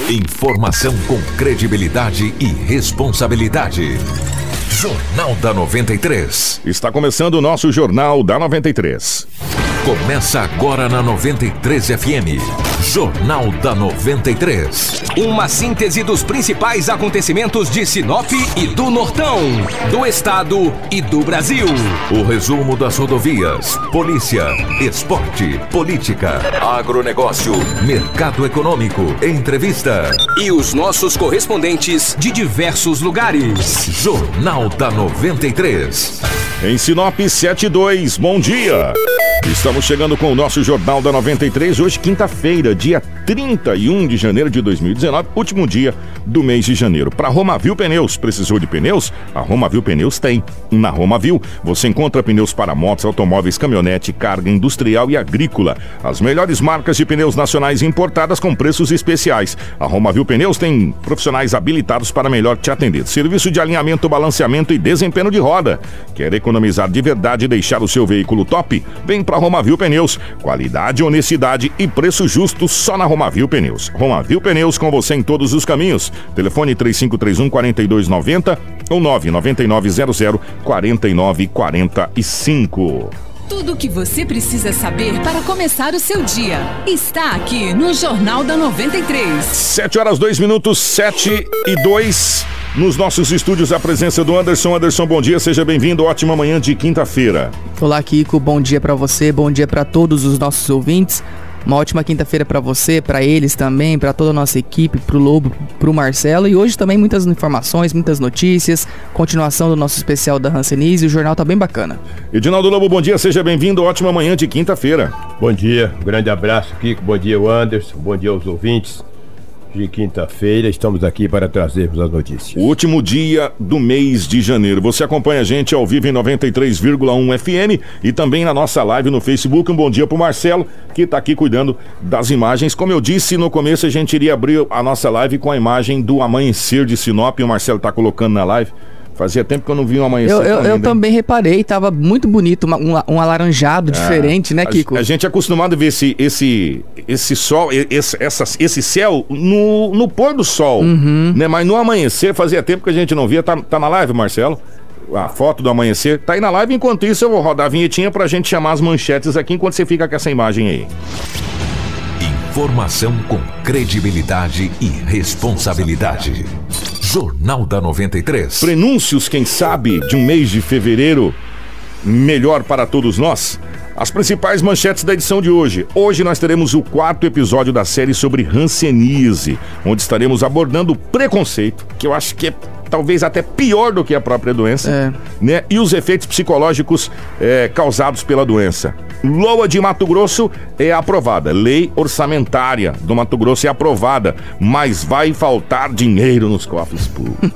Informação com credibilidade e responsabilidade. Jornal da 93. Está começando o nosso Jornal da 93. Começa agora na 93 FM. Jornal da 93. Uma síntese dos principais acontecimentos de Sinop e do Nortão, do estado e do Brasil. O resumo das rodovias, polícia, esporte, política, agronegócio, mercado econômico, entrevista. E os nossos correspondentes de diversos lugares. Jornal da 93. Em Sinop 72, bom dia. Estamos chegando com o nosso Jornal da 93, hoje quinta-feira, dia 31 de janeiro de 2019, último dia do mês de janeiro. Para Romavil Pneus, precisou de pneus? A Romavil Pneus tem. Na Romavil, você encontra pneus para motos, automóveis, caminhonete, carga industrial e agrícola. As melhores marcas de pneus nacionais importadas com preços especiais. A Romavil Pneus tem profissionais habilitados para melhor te atender. Serviço de alinhamento, balanceamento e desempenho de roda. Quer economizar de verdade e deixar o seu veículo top? Vem para Romavil Pneus. Qualidade, honestidade e preço justo só na Romavil Pneus. Romavil Pneus com você em todos os caminhos. Telefone 3531-4290 ou 99900-4945. Tudo o que você precisa saber para começar o seu dia está aqui no Jornal da 93. 7 horas 2 minutos, 7 e 2. Nos nossos estúdios, a presença do Anderson. Anderson, bom dia, seja bem-vindo. Ótima manhã de quinta-feira. Olá, Kiko. Bom dia para você, bom dia para todos os nossos ouvintes. Uma ótima quinta-feira para você, para eles também, para toda a nossa equipe, pro Lobo, pro Marcelo. E hoje também muitas informações, muitas notícias, continuação do nosso especial da Hanseníase. O jornal tá bem bacana. Edinaldo Lobo, bom dia, seja bem-vindo. Ótima manhã de quinta-feira. Bom dia, um grande abraço, Kiko. Bom dia, Anderson. Bom dia aos ouvintes. De quinta-feira, estamos aqui para trazermos as notícias. O último dia do mês de janeiro. Você acompanha a gente ao vivo em 93,1 FM e também na nossa live no Facebook. Um bom dia pro Marcelo, que está aqui cuidando das imagens. Como eu disse no começo, a gente iria abrir a nossa live com a imagem do amanhecer de Sinop. O Marcelo está colocando na live. Fazia tempo que eu não vi um amanhecer. Eu também reparei, tava muito bonito, um alaranjado diferente, né, Kiko? A gente é acostumado a ver esse sol, esse céu no pôr do sol, né? Mas no amanhecer fazia tempo que a gente não via. Tá na live, Marcelo? A foto do amanhecer tá aí na live. Enquanto isso, eu vou rodar a vinhetinha pra gente chamar as manchetes aqui enquanto você fica com essa imagem aí. Informação com credibilidade e responsabilidade. Jornal da 93. Prenúncios, quem sabe, de um mês de fevereiro melhor para todos nós. As principais manchetes da edição de hoje. Hoje nós teremos o 4º episódio da série sobre Hanseníase, onde estaremos abordando o preconceito, que eu acho que é talvez até pior do que a própria doença, né? E os efeitos psicológicos causados pela doença. LOA de Mato Grosso é aprovada. Lei orçamentária do Mato Grosso é aprovada, mas vai faltar dinheiro nos cofres públicos.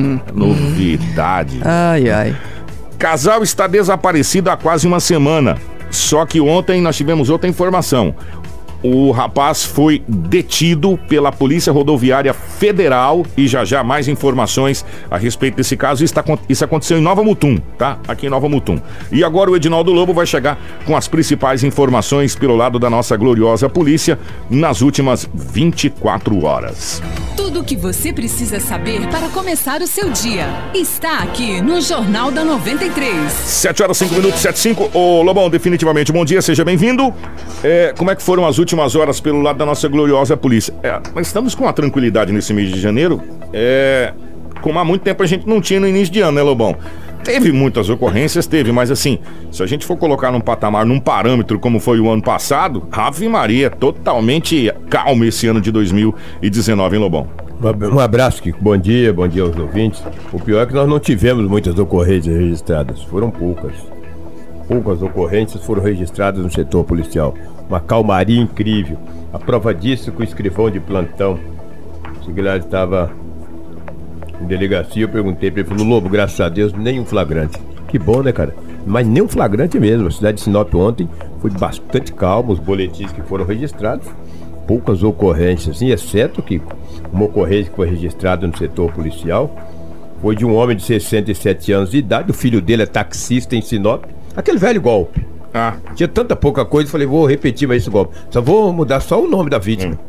Novidade. Ai, ai. Casal está desaparecido há quase uma semana. Só que ontem nós tivemos outra informação. O rapaz foi detido pela Polícia Rodoviária Federal e já mais informações a respeito desse caso. Isso aconteceu em Nova Mutum, tá? Aqui em Nova Mutum. E agora o Edinaldo Lobo vai chegar com as principais informações pelo lado da nossa gloriosa polícia nas últimas 24 horas. Tudo o que você precisa saber para começar o seu dia está aqui no Jornal da 93. 7 horas 5 minutos, 7:05. Ô Lobão, definitivamente bom dia, seja bem-vindo. Como é que foram as últimas horas pelo lado da nossa gloriosa polícia? Nós estamos com uma tranquilidade nesse mês de janeiro, como há muito tempo a gente não tinha no início de ano, né, Lobão? Teve muitas ocorrências, mas assim, se a gente for colocar num patamar, num parâmetro como foi o ano passado, Ave Maria, totalmente calmo esse ano de 2019, hein, Lobão? Um abraço, Kiko. Bom dia aos ouvintes. O pior é que nós não tivemos muitas ocorrências registradas, foram poucas. Poucas ocorrências foram registradas no setor policial. Uma calmaria incrível. A prova disso que o escrivão de plantão, o Siglar estava em delegacia, eu perguntei pra ele, falou: Lobo, graças a Deus, nenhum flagrante. Que bom, né, cara? Mas nem um flagrante mesmo. A cidade de Sinop ontem foi bastante calma, os boletins que foram registrados, poucas ocorrências, assim, exceto que uma ocorrência que foi registrada no setor policial foi de um homem de 67 anos de idade, o filho dele é taxista em Sinop, aquele velho golpe. Tinha tanta pouca coisa, falei, vou repetir mais esse golpe, só vou mudar só o nome da vítima.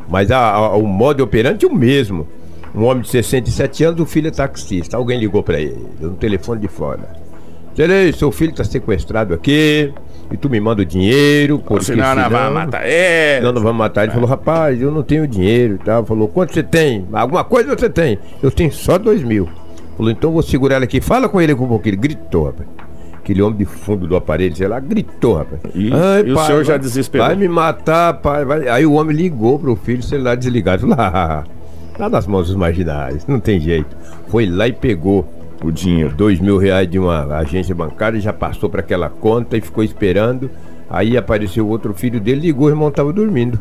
Mas o modo operante é o mesmo. Um homem de 67 anos, o filho é taxista. Alguém ligou pra ele, no telefone de fora. Serei, seu filho tá sequestrado aqui, e tu me manda o dinheiro, porque senão não vai matar ele. Não vamos matar. Ele falou, rapaz, eu não tenho dinheiro e tal. Falou, quanto você tem? Alguma coisa você tem? Eu tenho só 2.000. Falou, então vou segurar ele aqui, fala com ele um pouquinho. Ele gritou, rapaz. Aquele homem de fundo do aparelho, sei lá, gritou, rapaz. E pai, o senhor já desesperou. Vai me matar, pai. Vai. Aí o homem ligou pro filho, celular desligado. Falou, tá nas mãos dos marginais, não tem jeito. Foi lá e pegou o dinheiro, R$2.000 de uma agência bancária, já passou para aquela conta e ficou esperando. Aí apareceu o outro filho dele, ligou, o irmão tava dormindo.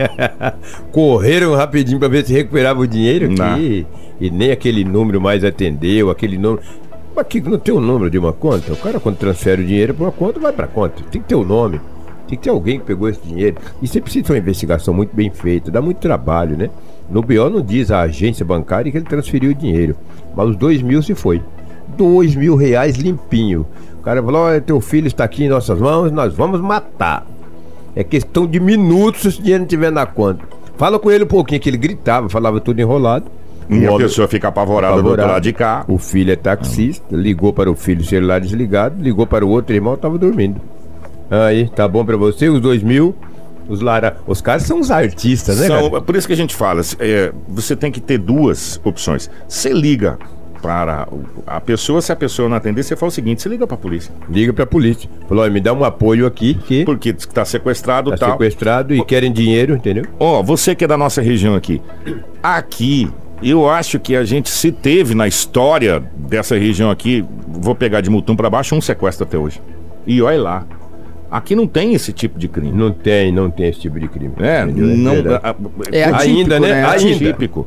Correram rapidinho para ver se recuperava o dinheiro aqui. E nem aquele número mais atendeu, aquele número. Mas aqui não tem o número de uma conta. O cara, quando transfere o dinheiro para uma conta, vai para a conta. Tem que ter o nome. Tem que ter alguém que pegou esse dinheiro. E você precisa ter uma investigação muito bem feita, dá muito trabalho, né? No BO não diz a agência bancária que ele transferiu o dinheiro, mas os 2.000 se foi. R$2.000 limpinho. O cara falou, olha, teu filho está aqui em nossas mãos, nós vamos matar. É questão de minutos se esse dinheiro não estiver na conta. Fala com ele um pouquinho, que ele gritava, falava tudo enrolado. E a pessoa fica apavorada do outro lado de cá. O filho é taxista, ligou para o filho, celular desligado, ligou para o outro irmão, estava dormindo. Aí, tá bom pra você, os 2.000... Os caras são os artistas, né, cara? Por isso que a gente fala, você tem que ter duas opções. Você liga para a pessoa, se a pessoa não atender, você fala o seguinte, você liga pra polícia. Liga pra polícia. Falou, me dá um apoio aqui. Porque tá sequestrado e tal. Tá sequestrado e querem dinheiro, entendeu? Você que é da nossa região aqui. Aqui, eu acho que a gente se teve na história dessa região aqui, vou pegar de Mutum pra baixo, um sequestro até hoje. E olha lá. Aqui não tem esse tipo de crime. Não tem esse tipo de crime. Não. É atípico, ainda, né? Atípico.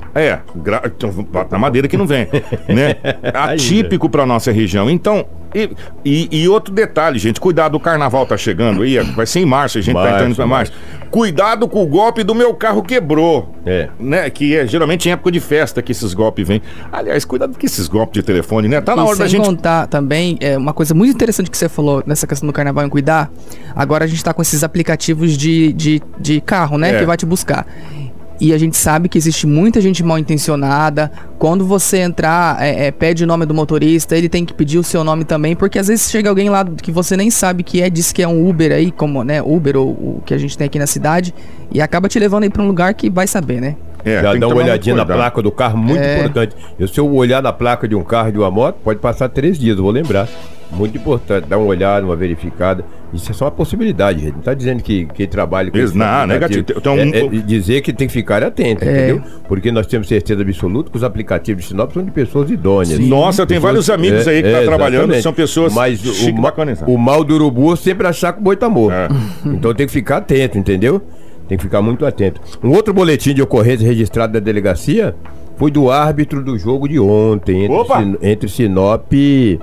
Na madeira que não vem, né? Atípico pra nossa região. Então, e outro detalhe, gente, cuidado, o carnaval tá chegando aí, vai ser em março, a gente tá entrando pra março. Cuidado com o golpe do meu carro quebrou. Né? Que é geralmente em época de festa que esses golpes vêm. Aliás, cuidado com esses golpes de telefone, né? Tá na hora da gente contar também, uma coisa muito interessante que você falou nessa questão do carnaval em cuidar. Agora a gente tá com esses aplicativos de carro, né? Que vai te buscar. E a gente sabe que existe muita gente mal intencionada. Quando você entrar, pede o nome do motorista, ele tem que pedir o seu nome também, porque às vezes chega alguém lá que você nem sabe que diz que é um Uber aí, como, né, Uber ou o que a gente tem aqui na cidade, e acaba te levando aí pra um lugar que vai saber, né? Já dá uma olhadinha na placa do carro, muito importante. Se eu olhar na placa de um carro e de uma moto, pode passar 3 dias, eu vou lembrar. Muito importante, dar uma olhada, uma verificada. Isso é só uma possibilidade, gente. Não está dizendo que quem trabalha com isso. Não, negativo. Então, dizer que tem que ficar atento, entendeu? Porque nós temos certeza absoluta que os aplicativos de Sinop são de pessoas idôneas. Sim. Nossa, eu tenho vários amigos aí que estão trabalhando, são pessoas. Mas o mal do urubu é sempre achar que o boi tá morto. Então tem que ficar atento, entendeu? Tem que ficar muito atento. Um outro boletim de ocorrência registrado da delegacia foi do árbitro do jogo de ontem, entre Sinop e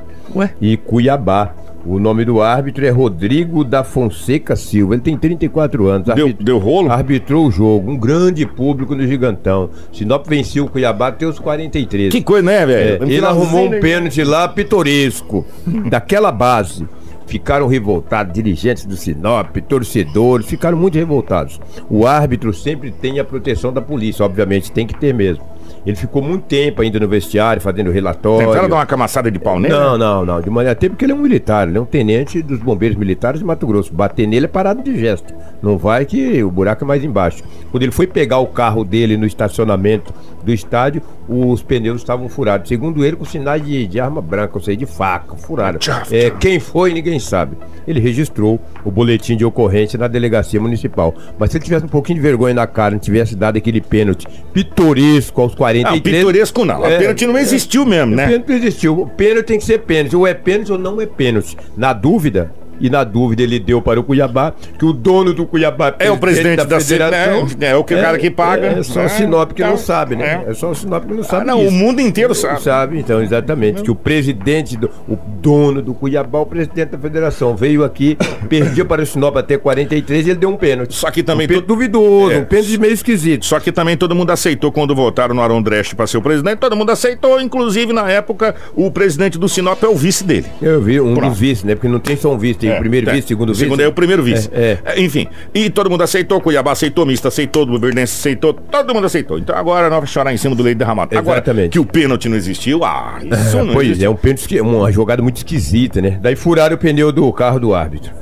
Cuiabá. O nome do árbitro é Rodrigo da Fonseca Silva. Ele tem 34 anos. Deu rolo? Arbitrou o jogo. Um grande público no Gigantão. Sinop venceu o Cuiabá até os 43. Que coisa, né, velho? Ele arrumou um pênalti lá pitoresco. Daquela base. Ficaram revoltados, dirigentes do Sinop, torcedores, ficaram muito revoltados. O árbitro sempre tem a proteção da polícia, obviamente, tem que ter mesmo. Ele ficou muito tempo ainda no vestiário, fazendo relatório. Tentaram dar uma camaçada de pau nele? Não, de maneira até porque ele é um militar, ele é um tenente dos bombeiros militares de Mato Grosso. Bater nele é parado de gesto. Não vai que o buraco é mais embaixo. Quando ele foi pegar o carro dele no estacionamento do estádio, os pneus estavam furados. Segundo ele, com sinais de arma branca, ou seja, de faca, furaram. Quem foi, ninguém sabe. Ele registrou o boletim de ocorrência na delegacia municipal. Mas se ele tivesse um pouquinho de vergonha na cara, não tivesse dado aquele pênalti pitoresco aos 43... Não, pitoresco não. A pênalti não existiu mesmo, né? O pênalti não existiu. O pênalti tem que ser pênalti. Ou é pênalti ou não é pênalti. Na dúvida... E na dúvida ele deu para o Cuiabá, que o dono do Cuiabá é o presidente da federação. É o cara que paga. É só o Sinop que não sabe, né? É só o Sinop que não sabe. Não, o mundo inteiro sabe. Sabe, então, exatamente. Que o presidente, o dono do Cuiabá, o presidente da federação, veio aqui, perdia para o Sinop até 43 e ele deu um pênalti. Só que também. Um pênalti duvidoso, um pênalti meio esquisito. Só que também todo mundo aceitou quando votaram no Arão Dresch para ser o presidente. Todo mundo aceitou, inclusive na época, o presidente do Sinop é o vice dele. Eu vi, dos vice, né? Porque não tem só um vice, tem primeiro vice, segundo vice. Segundo é o primeiro vice. Enfim, e todo mundo aceitou, Cuiabá aceitou, Mista aceitou, Luverdense aceitou, todo mundo aceitou. Então agora nós vamos chorar em cima do leite derramado. Exatamente. Agora que o pênalti não existiu, isso não pois existe. é um pênalti, uma jogada muito esquisita, né? Daí furaram o pneu do carro do árbitro.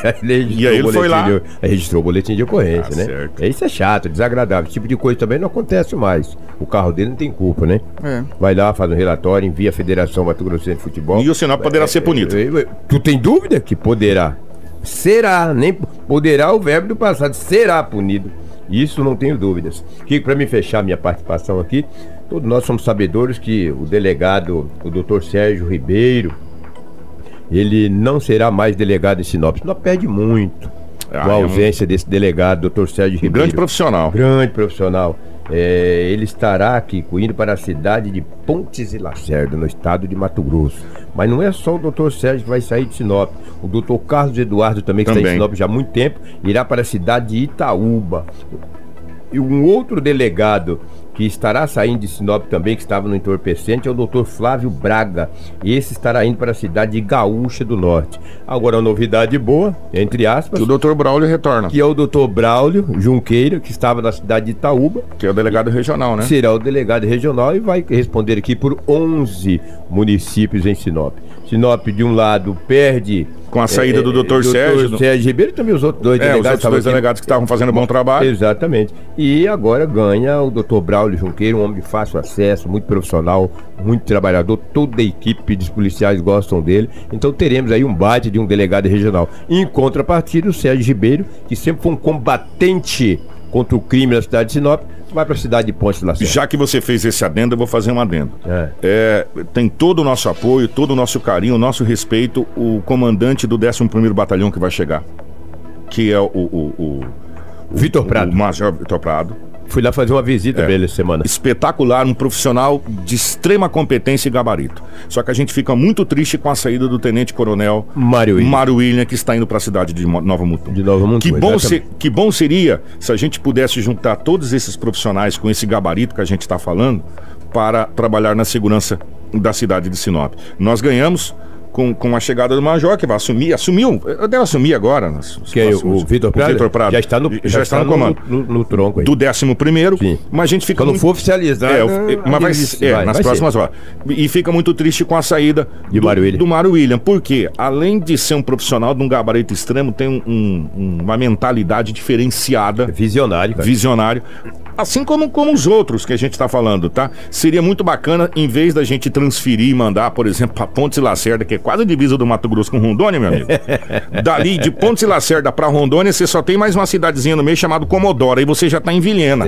E aí ele foi lá. Registrou o boletim de ocorrência, né? Certo. Isso é chato, desagradável. Esse tipo de coisa também não acontece mais. O carro dele não tem culpa, né? É. Vai lá, faz um relatório, envia a Federação Mato Grossense de Futebol. E o Sinop poderá ser punido. Tu tem dúvida que poderá? Será, nem poderá o verbo do passado, será punido. Isso não tenho dúvidas. Que para me fechar minha participação aqui, todos nós somos sabedores que o delegado, o Dr. Sérgio Ribeiro, ele não será mais delegado em Sinop. Sinop perde muito com a ausência desse delegado, Dr. Sérgio Ribeiro. Grande profissional. Grande profissional. Ele estará aqui indo para a cidade de Pontes e Lacerda, no estado de Mato Grosso. Mas não é só o doutor Sérgio que vai sair de Sinop. O doutor Carlos Eduardo também, que está em Sinop já há muito tempo, irá para a cidade de Itaúba. E um outro delegado que estará saindo de Sinop também, que estava no entorpecente, é o doutor Flávio Braga. Esse estará indo para a cidade de Gaúcha do Norte. Agora, uma novidade boa, entre aspas, que o doutor Braulio retorna. Que é o doutor Braulio Junqueira, que estava na cidade de Itaúba. Que é o delegado regional, né? Será o delegado regional e vai responder aqui por 11 municípios em Sinop. Sinop, de um lado, perde... Com a saída do doutor Sérgio. Sérgio Ribeiro e também os outros dois delegados. Os outros dois delegados que estavam fazendo bom trabalho. Exatamente. E agora ganha o doutor Braulio Junqueira, um homem de fácil acesso, muito profissional, muito trabalhador. Toda a equipe dos policiais gostam dele. Então teremos aí um bate de um delegado regional. Em contrapartida, o Sérgio Ribeiro, que sempre foi um combatente contra o crime na cidade de Sinop, vai para a cidade de Pontes de Lacerda. Já que você fez esse adendo, eu vou fazer um adendo. Tem todo o nosso apoio, todo o nosso carinho, o nosso respeito, o comandante do 11º Batalhão que vai chegar, que é o Vitor Prado. O Major Vitor Prado. Fui lá fazer uma visita pra ele essa semana. Espetacular, um profissional de extrema competência e gabarito. Só que a gente fica muito triste com a saída do Tenente Coronel Mário William, que está indo para a cidade de Nova Mutum. Que bom seria se a gente pudesse juntar todos esses profissionais com esse gabarito que a gente está falando para trabalhar na segurança da cidade de Sinop. Nós ganhamos com a chegada do Major, que vai assumiu, deve assumir agora. Que é o Vitor Prado? Já está no comando. No tronco aí. Do 11º, sim. Mas a gente fica... Quando for oficializado... nas próximas horas. E fica muito triste com a saída do Mário William, porque além de ser um profissional de um gabarito extremo, tem uma mentalidade diferenciada. Visionário, cara. Visionário. Assim como os outros que a gente está falando, tá? Seria muito bacana, em vez da gente transferir e mandar, por exemplo, para Pontes e Lacerda, que é quase a divisa do Mato Grosso com Rondônia, meu amigo. Dali, de Pontes e Lacerda para Rondônia, você só tem mais uma cidadezinha no meio chamada Comodoro, aí você já tá em Vilhena.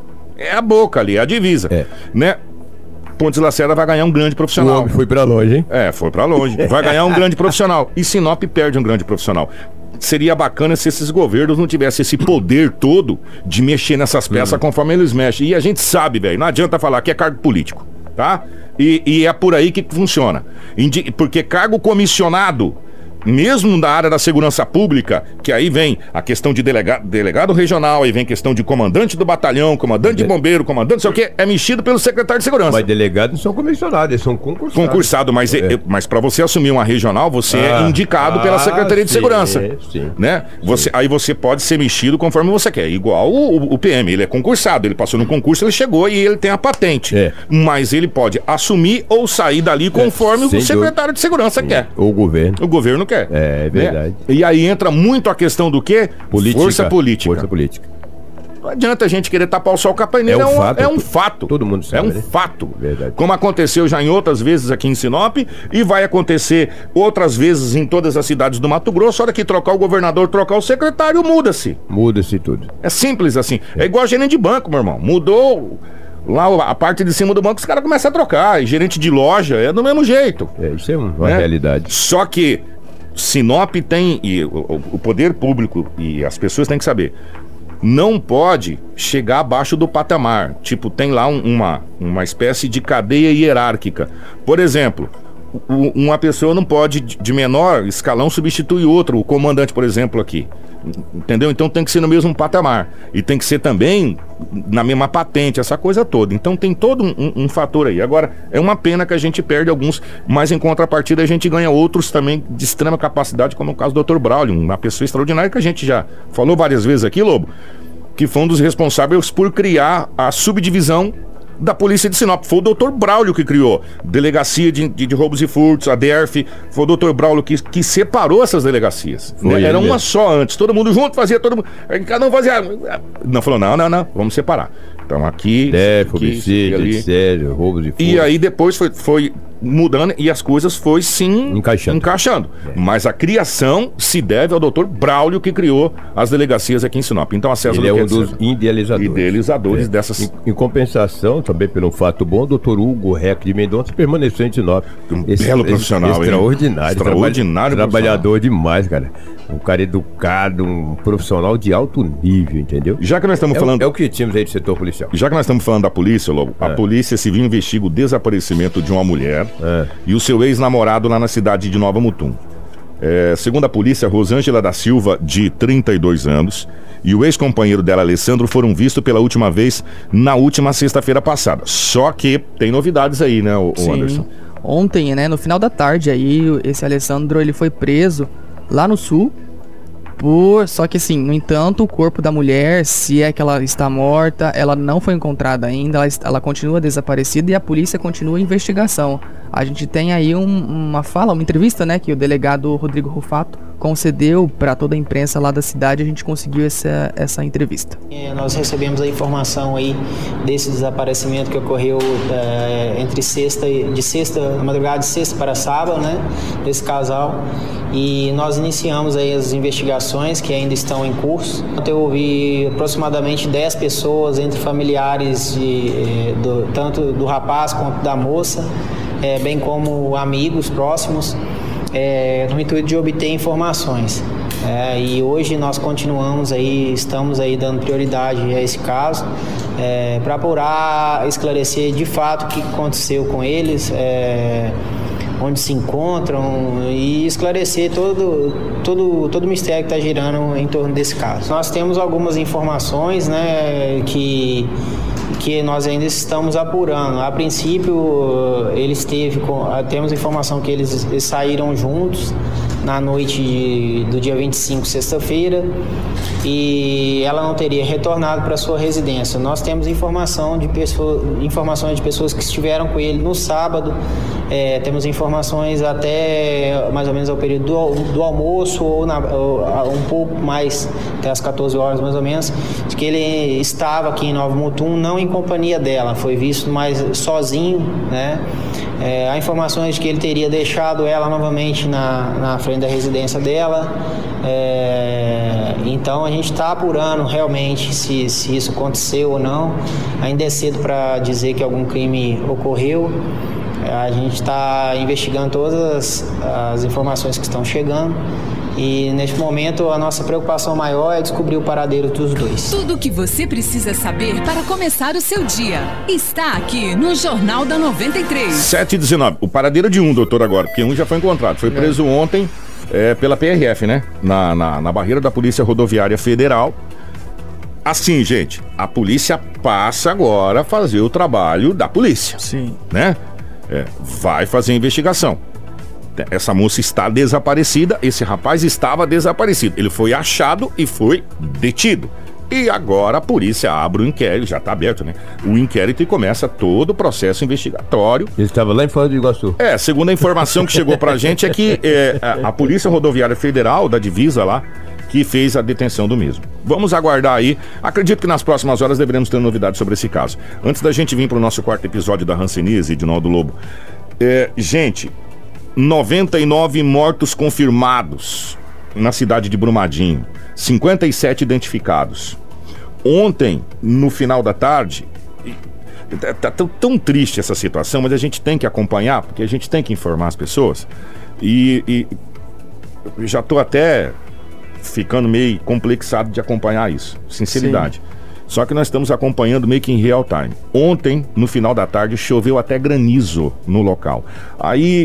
É a boca ali, é a divisa. Né? Pontes e Lacerda vai ganhar um grande profissional. O homem foi para longe, hein? Foi para longe. Vai ganhar um grande profissional. E Sinop perde um grande profissional. Seria bacana se esses governos não tivessem esse poder todo de mexer nessas peças conforme eles mexem. E a gente sabe, velho, não adianta falar que é cargo político, tá? E é por aí que funciona. Porque cargo comissionado, mesmo da área da segurança pública, que aí vem a questão de delegado regional, aí vem questão de comandante do batalhão, comandante de bombeiro, comandante não sei o que, é mexido pelo secretário de segurança. Mas delegados não são comissionados, eles são concursados. Concursado, mas para você assumir uma regional, você é indicado pela Secretaria de Segurança. Sim. Né? Aí você pode ser mexido conforme você quer. Igual o PM, ele é concursado, ele passou no concurso, ele chegou e ele tem a patente. Mas ele pode assumir ou sair dali conforme o secretário de segurança quer. Ou o governo. O governo quer. É verdade. E aí entra muito a questão do quê? Força política. Força política. Não adianta a gente querer tapar o sol com a paneira, é um fato. Todo mundo sabe. Fato. Verdade. Como aconteceu já em outras vezes aqui em Sinop e vai acontecer outras vezes em todas as cidades do Mato Grosso. A hora que trocar o governador, trocar o secretário, muda-se. Muda-se tudo. É simples assim. É igual gerente de banco, meu irmão. Mudou lá a parte de cima do banco, os caras começam a trocar. E gerente de loja é do mesmo jeito. Isso é uma realidade. Só que Sinop tem, e o poder público e as pessoas têm que saber, não pode chegar abaixo do patamar. Tipo, tem lá uma espécie de cadeia hierárquica. Por exemplo, uma pessoa não pode, de menor escalão, substituir outro, o comandante, por exemplo, aqui. Entendeu? Então tem que ser no mesmo patamar. E tem que ser também na mesma patente, essa coisa toda. Então tem todo um fator aí. Agora, é uma pena que a gente perde alguns, mas em contrapartida a gente ganha outros também de extrema capacidade, como o caso do Dr. Braulio, uma pessoa extraordinária que a gente já falou várias vezes aqui, Lobo, que foi um dos responsáveis por criar a subdivisão da polícia de Sinop. Foi o Dr. Braulio que criou. Delegacia de roubos e furtos, a DERF. Foi o Dr. Braulio que separou essas delegacias. Era uma só antes. Todo mundo junto, fazia todo mundo. Cada um fazia. Não, falou, não, vamos separar. Então aqui. DERF, homicídio, sério, roubos e furtos. E aí depois foi mudando e as coisas foi sim encaixando. Mas a criação se deve ao Dr. Braulio, que criou as delegacias aqui em Sinop. Então a César ele é um dos idealizadores dessas. Em compensação, também pelo fato bom, o Dr. Hugo Reck de Mendonça permaneceu em Sinop. Belo profissional, extraordinário, trabalhador demais, cara. Um cara educado, um profissional de alto nível, entendeu? Já que nós estamos falando... É o que tínhamos aí do setor policial. Já que nós estamos falando da polícia, Lobo, a Polícia Civil investiga o desaparecimento de uma mulher e o seu ex-namorado lá na cidade de Nova Mutum. Segundo a polícia, Rosângela da Silva, de 32 anos, e o ex-companheiro dela, Alessandro, foram vistos pela última vez na última sexta-feira passada. Só que tem novidades aí, né, o Anderson? Ontem, né, no final da tarde, aí, esse Alessandro, ele foi preso lá no sul, só que assim, no entanto, o corpo da mulher, se é que ela está morta, ela não foi encontrada ainda, ela continua desaparecida e a polícia continua a investigação. A gente tem aí uma entrevista, né, que o delegado Rodrigo Rufato concedeu para toda a imprensa lá da cidade. A gente conseguiu essa entrevista. Nós recebemos a informação aí desse desaparecimento que ocorreu na madrugada de sexta para sábado, né, desse casal, e nós iniciamos aí as investigações que ainda estão em curso. Eu ouvi aproximadamente 10 pessoas, entre familiares tanto do rapaz quanto da moça, bem como amigos próximos, no intuito de obter informações. E hoje nós estamos aí dando prioridade a esse caso, para apurar, esclarecer de fato o que aconteceu com eles, onde se encontram, e esclarecer todo o mistério que está girando em torno desse caso. Nós temos algumas informações, né, que nós ainda estamos apurando. A princípio, temos informação que eles saíram juntos na noite do dia 25, sexta-feira, e ela não teria retornado para sua residência. Nós temos informações de pessoas que estiveram com ele no sábado. Temos informações até mais ou menos ao período do almoço, ou um pouco mais, até as 14 horas mais ou menos, de que ele estava aqui em Nova Mutum, não em companhia dela, foi visto mais sozinho, né? Há informações de que ele teria deixado ela novamente na frente da residência dela. Então a gente está apurando realmente se isso aconteceu ou não. Ainda é cedo para dizer que algum crime ocorreu. A gente está investigando todas as informações que estão chegando. E neste momento a nossa preocupação maior é descobrir o paradeiro dos dois. Tudo o que você precisa saber para começar o seu dia está aqui no Jornal da 93. 7h19. O paradeiro de um, doutor, agora, porque um já foi encontrado. Foi preso ontem pela PRF, né? Na barreira da Polícia Rodoviária Federal. Assim, gente, a polícia passa agora a fazer o trabalho da polícia. Sim. Né? Vai fazer a investigação. Essa moça está desaparecida, esse rapaz estava desaparecido. Ele foi achado e foi detido. E agora a polícia abre o inquérito, já está aberto, né? O inquérito, e começa todo o processo investigatório. Ele estava lá em Foz do Iguaçu. Segundo a informação que chegou pra gente é que a Polícia Rodoviária Federal, da divisa lá, que fez a detenção do mesmo. Vamos aguardar aí. Acredito que nas próximas horas deveremos ter novidades sobre esse caso. Antes da gente vir para o nosso quarto episódio da Hanseníase e de Naldo Lobo. Gente, 99 mortos confirmados na cidade de Brumadinho. 57 identificados. Ontem, no final da tarde, tá tão triste essa situação, mas a gente tem que acompanhar, porque a gente tem que informar as pessoas. E já tô até ficando meio complexado de acompanhar isso, sinceridade. Sim. Só que nós estamos acompanhando meio que em real time. Ontem, no final da tarde, choveu até granizo no local. Aí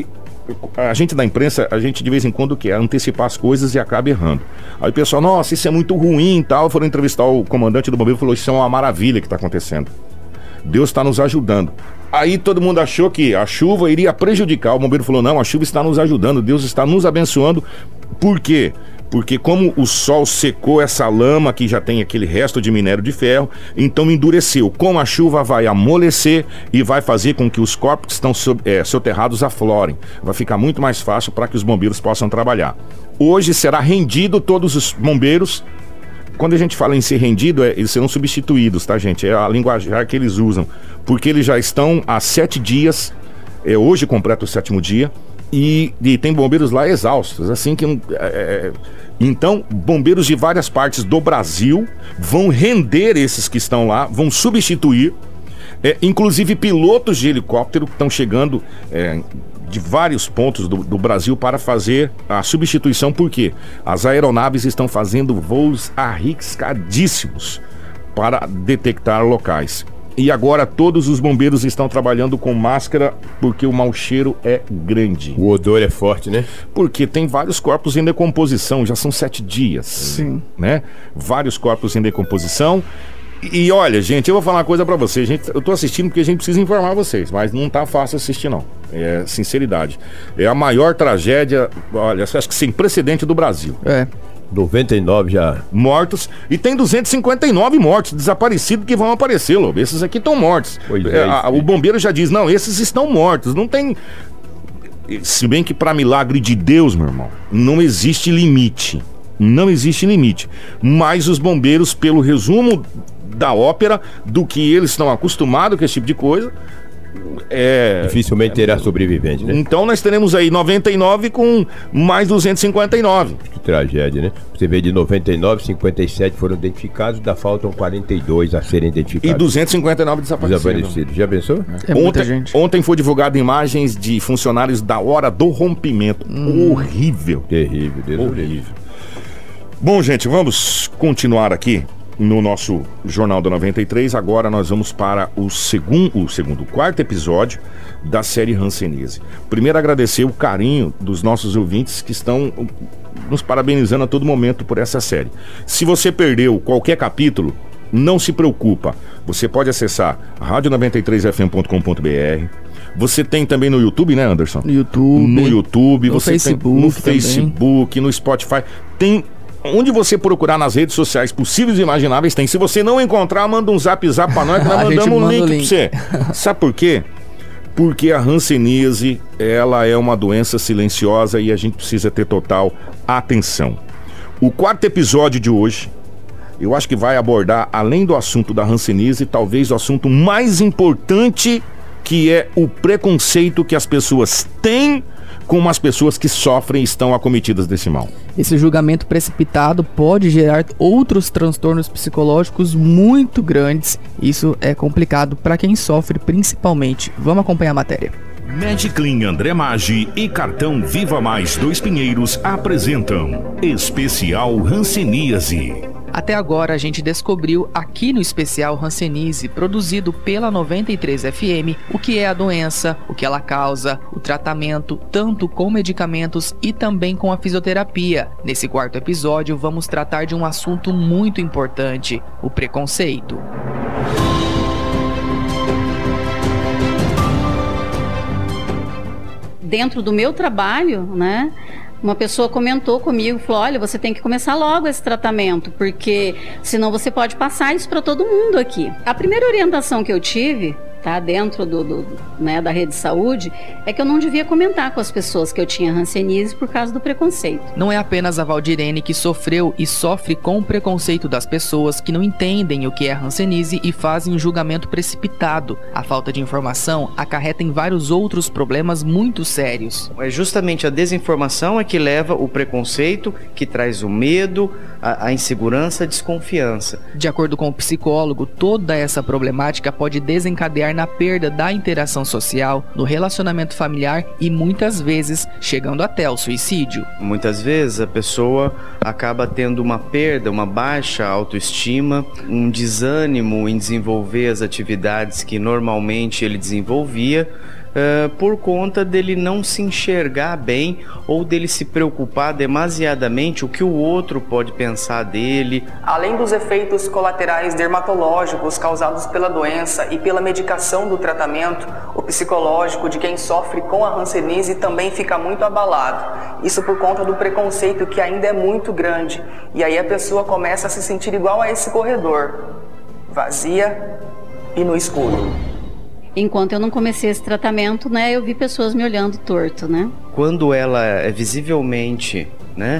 a gente da imprensa, a gente de vez em quando quer antecipar as coisas e acaba errando. Aí o pessoal, nossa, isso é muito ruim e tal. Foram entrevistar o comandante do bombeiro e falou, isso é uma maravilha que está acontecendo. Deus está nos ajudando. Aí todo mundo achou que a chuva iria prejudicar. O bombeiro falou, não, a chuva está nos ajudando, Deus está nos abençoando. Por quê? Porque como o sol secou essa lama que já tem aquele resto de minério de ferro, então endureceu. Com a chuva vai amolecer e vai fazer com que os corpos que estão soterrados aflorem. Vai ficar muito mais fácil para que os bombeiros possam trabalhar. Hoje será rendido todos os bombeiros. Quando a gente fala em ser rendido, eles serão substituídos, tá, gente? É a linguajar que eles usam. Porque eles já estão há 7 dias, hoje completa o 7º dia, e tem bombeiros lá exaustos, assim que... Então, bombeiros de várias partes do Brasil vão render esses que estão lá, vão substituir, inclusive pilotos de helicóptero que estão chegando de vários pontos do Brasil para fazer a substituição, porque as aeronaves estão fazendo voos arriscadíssimos para detectar locais. E agora todos os bombeiros estão trabalhando com máscara porque o mau cheiro é grande. O odor é forte, né? Porque tem vários corpos em decomposição, já são 7 dias. Sim. Né? Vários corpos em decomposição. E olha, gente, eu vou falar uma coisa pra vocês. Eu tô assistindo porque a gente precisa informar vocês, mas não tá fácil assistir, não. É sinceridade. É a maior tragédia, olha, acho que sem precedente do Brasil. 99 já mortos, e tem 259 mortos desaparecidos que vão aparecer, Lobo. Esses aqui estão mortos. O bombeiro já diz, não, esses estão mortos. Não tem... Se bem que para milagre de Deus, meu irmão, não existe limite. Não existe limite. Mas os bombeiros, pelo resumo da ópera, do que eles estão acostumados com esse tipo de coisa, dificilmente terá sobrevivente, né? Então nós teremos aí 99 com mais 259. Que tragédia, né? Você vê, de 99, 57 foram identificados, ainda faltam 42 a serem identificados. E 259 desaparecidos. Já pensou? Ontem foi divulgado imagens de funcionários da hora do rompimento. Horrível. Terrível, Deus horrível. Bom, gente, vamos continuar aqui no nosso Jornal da 93. Agora nós vamos para o quarto episódio da série Hanseníase. Primeiro, agradecer o carinho dos nossos ouvintes que estão nos parabenizando a todo momento por essa série. Se você perdeu qualquer capítulo, não se preocupa. Você pode acessar radio93fm.com.br. Você tem também no YouTube, né, Anderson? No YouTube, no Facebook, no Spotify. Tem... Onde você procurar nas redes sociais possíveis e imagináveis tem. Se você não encontrar, manda um zap pra nós que nós mandamos um link pra você. Sabe por quê? Porque a hanseníase, ela é uma doença silenciosa e a gente precisa ter total atenção. O quarto episódio de hoje, eu acho que vai abordar, além do assunto da hanseníase, talvez o assunto mais importante, que é o preconceito que as pessoas têm com as pessoas que sofrem e estão acometidas desse mal. Esse julgamento precipitado pode gerar outros transtornos psicológicos muito grandes. Isso é complicado para quem sofre, principalmente. Vamos acompanhar a matéria. Mediclin André Maggi e Cartão Viva Mais 2 Pinheiros apresentam Especial Hanseníase. Até agora a gente descobriu aqui no especial Hanseníase, produzido pela 93 FM, o que é a doença, o que ela causa, o tratamento, tanto com medicamentos e também com a fisioterapia. Nesse quarto episódio vamos tratar de um assunto muito importante, o preconceito. Dentro do meu trabalho, né? Uma pessoa comentou comigo, falou, olha, você tem que começar logo esse tratamento, porque senão você pode passar isso para todo mundo aqui. A primeira orientação que eu tive, tá, dentro da rede de saúde, é que eu não devia comentar com as pessoas que eu tinha hanseníase por causa do preconceito. Não é apenas a Valdirene que sofreu e sofre com o preconceito das pessoas que não entendem o que é hanseníase e fazem um julgamento precipitado. A falta de informação acarreta em vários outros problemas muito sérios. É justamente a desinformação que leva o preconceito, que traz o medo, a insegurança, a desconfiança. De acordo com o psicólogo, toda essa problemática pode desencadear na perda da interação social, no relacionamento familiar e muitas vezes chegando até o suicídio. Muitas vezes a pessoa acaba tendo uma perda, uma baixa autoestima, um desânimo em desenvolver as atividades que normalmente ele desenvolvia, por conta dele não se enxergar bem ou dele se preocupar demasiadamente o que o outro pode pensar dele. Além dos efeitos colaterais dermatológicos causados pela doença e pela medicação do tratamento, o psicológico de quem sofre com a hanseníase também fica muito abalado. Isso por conta do preconceito que ainda é muito grande. E aí a pessoa começa a se sentir igual a esse corredor, vazia e no escuro. Enquanto eu não comecei esse tratamento, né, eu vi pessoas me olhando torto, né? Quando ela é visivelmente, né,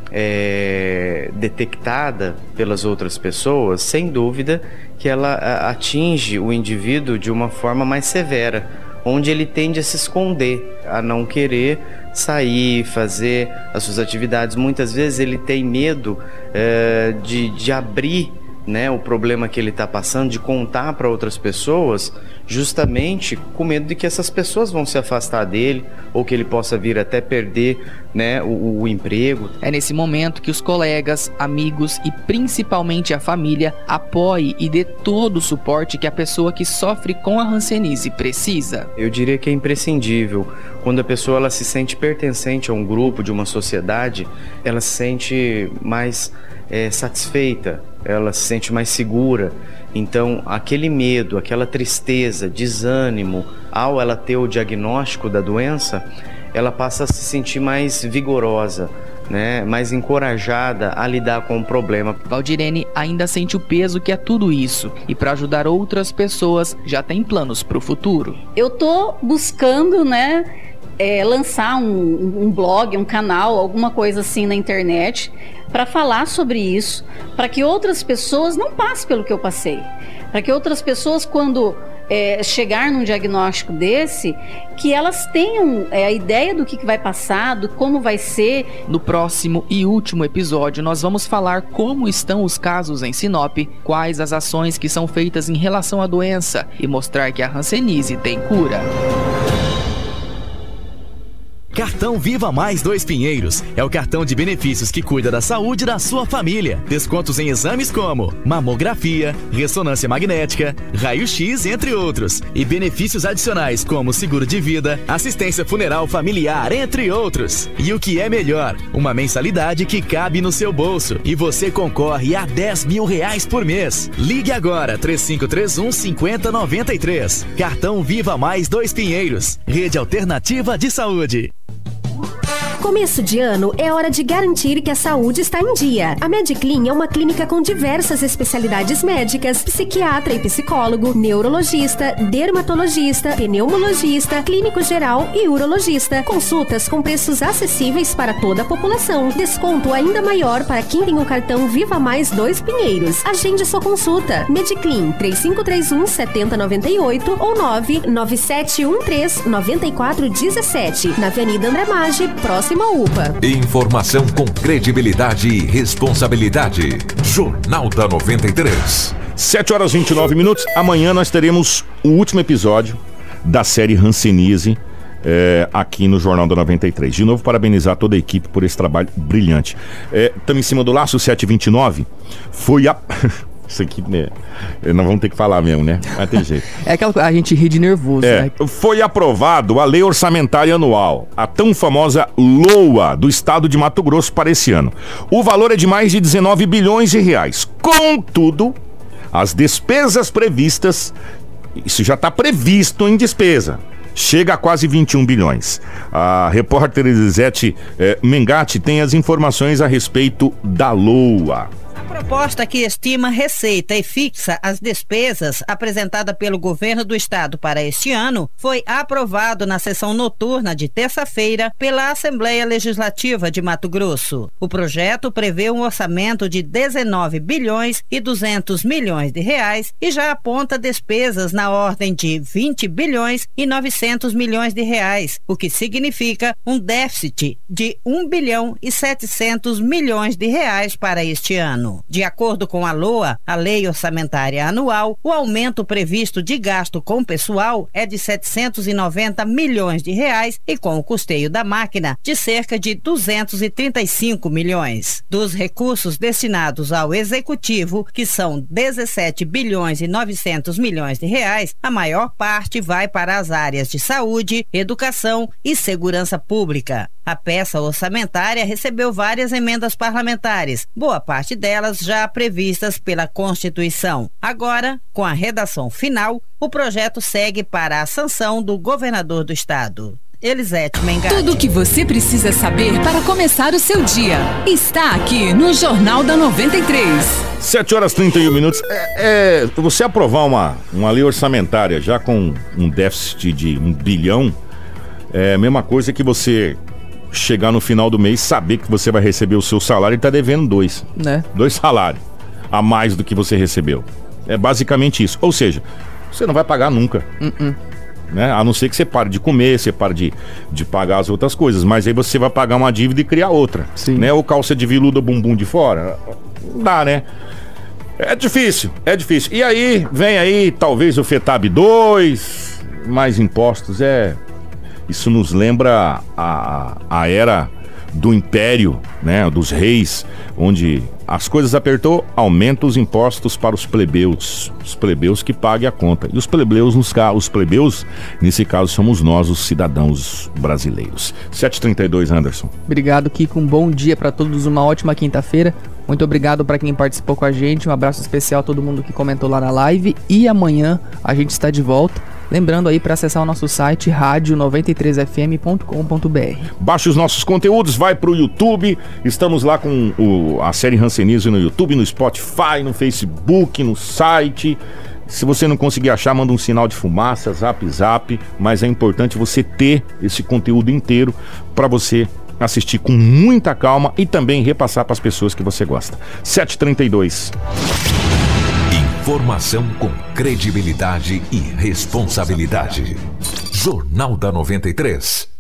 detectada pelas outras pessoas, sem dúvida que ela atinge o indivíduo de uma forma mais severa, onde ele tende a se esconder, a não querer sair, fazer as suas atividades. Muitas vezes ele tem medo de abrir, né, o problema que ele está passando, de contar para outras pessoas, justamente com medo de que essas pessoas vão se afastar dele ou que ele possa vir até perder, né, o emprego. É nesse momento que os colegas, amigos e principalmente a família apoiem e dê todo o suporte que a pessoa que sofre com a hanseníase precisa. Eu diria que é imprescindível. Quando a pessoa ela se sente pertencente a um grupo, de uma sociedade, ela se sente mais satisfeita, ela se sente mais segura. Então aquele medo, aquela tristeza, desânimo, ao ela ter o diagnóstico da doença, ela passa a se sentir mais vigorosa, né, mais encorajada a lidar com o problema. Valdirene ainda sente o peso que é tudo isso, e para ajudar outras pessoas já tem planos para o futuro. Eu tô buscando, né, lançar um blog, um canal, alguma coisa assim na internet, para falar sobre isso, para que outras pessoas não passem pelo que eu passei, para que outras pessoas, quando chegar num diagnóstico desse, que elas tenham a ideia do que vai passar, do como vai ser. No próximo e último episódio, nós vamos falar como estão os casos em Sinop, quais as ações que são feitas em relação à doença e mostrar que a hanseníase tem cura. Cartão Viva Mais 2 Pinheiros é o cartão de benefícios que cuida da saúde da sua família. Descontos em exames como mamografia, ressonância magnética, raio-x, entre outros. E benefícios adicionais como seguro de vida, assistência funeral familiar, entre outros. E o que é melhor, uma mensalidade que cabe no seu bolso. E você concorre a R$10 mil por mês. Ligue agora, 3531-5093. Cartão Viva Mais 2 Pinheiros. Rede Alternativa de Saúde. Começo de ano é hora de garantir que a saúde está em dia. A Mediclin é uma clínica com diversas especialidades médicas, psiquiatra e psicólogo, neurologista, dermatologista, pneumologista, clínico geral e urologista. Consultas com preços acessíveis para toda a população. Desconto ainda maior para quem tem o cartão Viva Mais 2 Pinheiros. Agende sua consulta. Mediclin 3531-7098 ou 99713-9417. Na Avenida André Maggi, próximo à UPA. Informação com credibilidade e responsabilidade. Jornal da 93. 7h29. Amanhã nós teremos o último episódio da série hanseníase aqui no Jornal da 93. De novo, parabenizar toda a equipe por esse trabalho brilhante. Estamos em cima do laço, 7h29. Foi a... Isso aqui, né? Nós vamos ter que falar mesmo, né? Vai ter jeito. É aquela a gente ri de nervoso, né? Foi aprovado a Lei Orçamentária Anual, a tão famosa LOA do Estado de Mato Grosso para esse ano. O valor é de mais de 19 bilhões de reais. Contudo, as despesas previstas, isso já está previsto em despesa, chega a quase 21 bilhões. A repórter Elisete Mengatti tem as informações a respeito da LOA. A proposta que estima receita e fixa as despesas apresentada pelo governo do estado para este ano foi aprovado na sessão noturna de terça-feira pela Assembleia Legislativa de Mato Grosso. O projeto prevê um orçamento de 19 bilhões e 200 milhões de reais e já aponta despesas na ordem de 20 bilhões e 900 milhões de reais, o que significa um déficit de 1 bilhão e 700 milhões de reais para este ano. ano. De acordo com a LOA, a Lei Orçamentária Anual, o aumento previsto de gasto com pessoal é de 790 milhões de reais e com o custeio da máquina de cerca de 235 milhões. Dos recursos destinados ao Executivo, que são 17 bilhões e 900 milhões de reais, a maior parte vai para as áreas de saúde, educação e segurança pública. A peça orçamentária recebeu várias emendas parlamentares, boa parte delas já previstas pela Constituição. Agora, com a redação final, o projeto segue para a sanção do governador do estado. Elisete Mengatti. Tudo o que você precisa saber para começar o seu dia está aqui no Jornal da 93. 7h31. Você aprovar uma lei orçamentária já com um déficit de 1 bilhão, é a mesma coisa que você chegar no final do mês, saber que você vai receber o seu salário e tá devendo 2. Né? 2 salários a mais do que você recebeu. É basicamente isso. Ou seja, você não vai pagar nunca. Né? A não ser que você pare de comer, você pare de pagar as outras coisas. Mas aí você vai pagar uma dívida e criar outra. Sim. Né? Ou calça de veludo bumbum de fora. Não dá, né? É difícil. E aí, vem aí talvez o FETAB 2, mais impostos. Isso nos lembra a era do Império, né, dos reis, onde as coisas apertou, aumenta os impostos para os plebeus que paguem a conta. E os plebeus, nesse caso, somos nós, os cidadãos brasileiros. 7h32, Anderson. Obrigado, Kiko. Um bom dia para todos, uma ótima quinta-feira. Muito obrigado para quem participou com a gente. Um abraço especial a todo mundo que comentou lá na live. E amanhã a gente está de volta. Lembrando aí para acessar o nosso site radio93fm.com.br. Baixe os nossos conteúdos, vai pro YouTube. Estamos lá com a série Hansenísio no YouTube, no Spotify, no Facebook, no site. Se você não conseguir achar, manda um sinal de fumaça, zap. Mas é importante você ter esse conteúdo inteiro para você assistir com muita calma e também repassar para as pessoas que você gosta. 7h32. Informação com credibilidade e responsabilidade. Jornal da 93.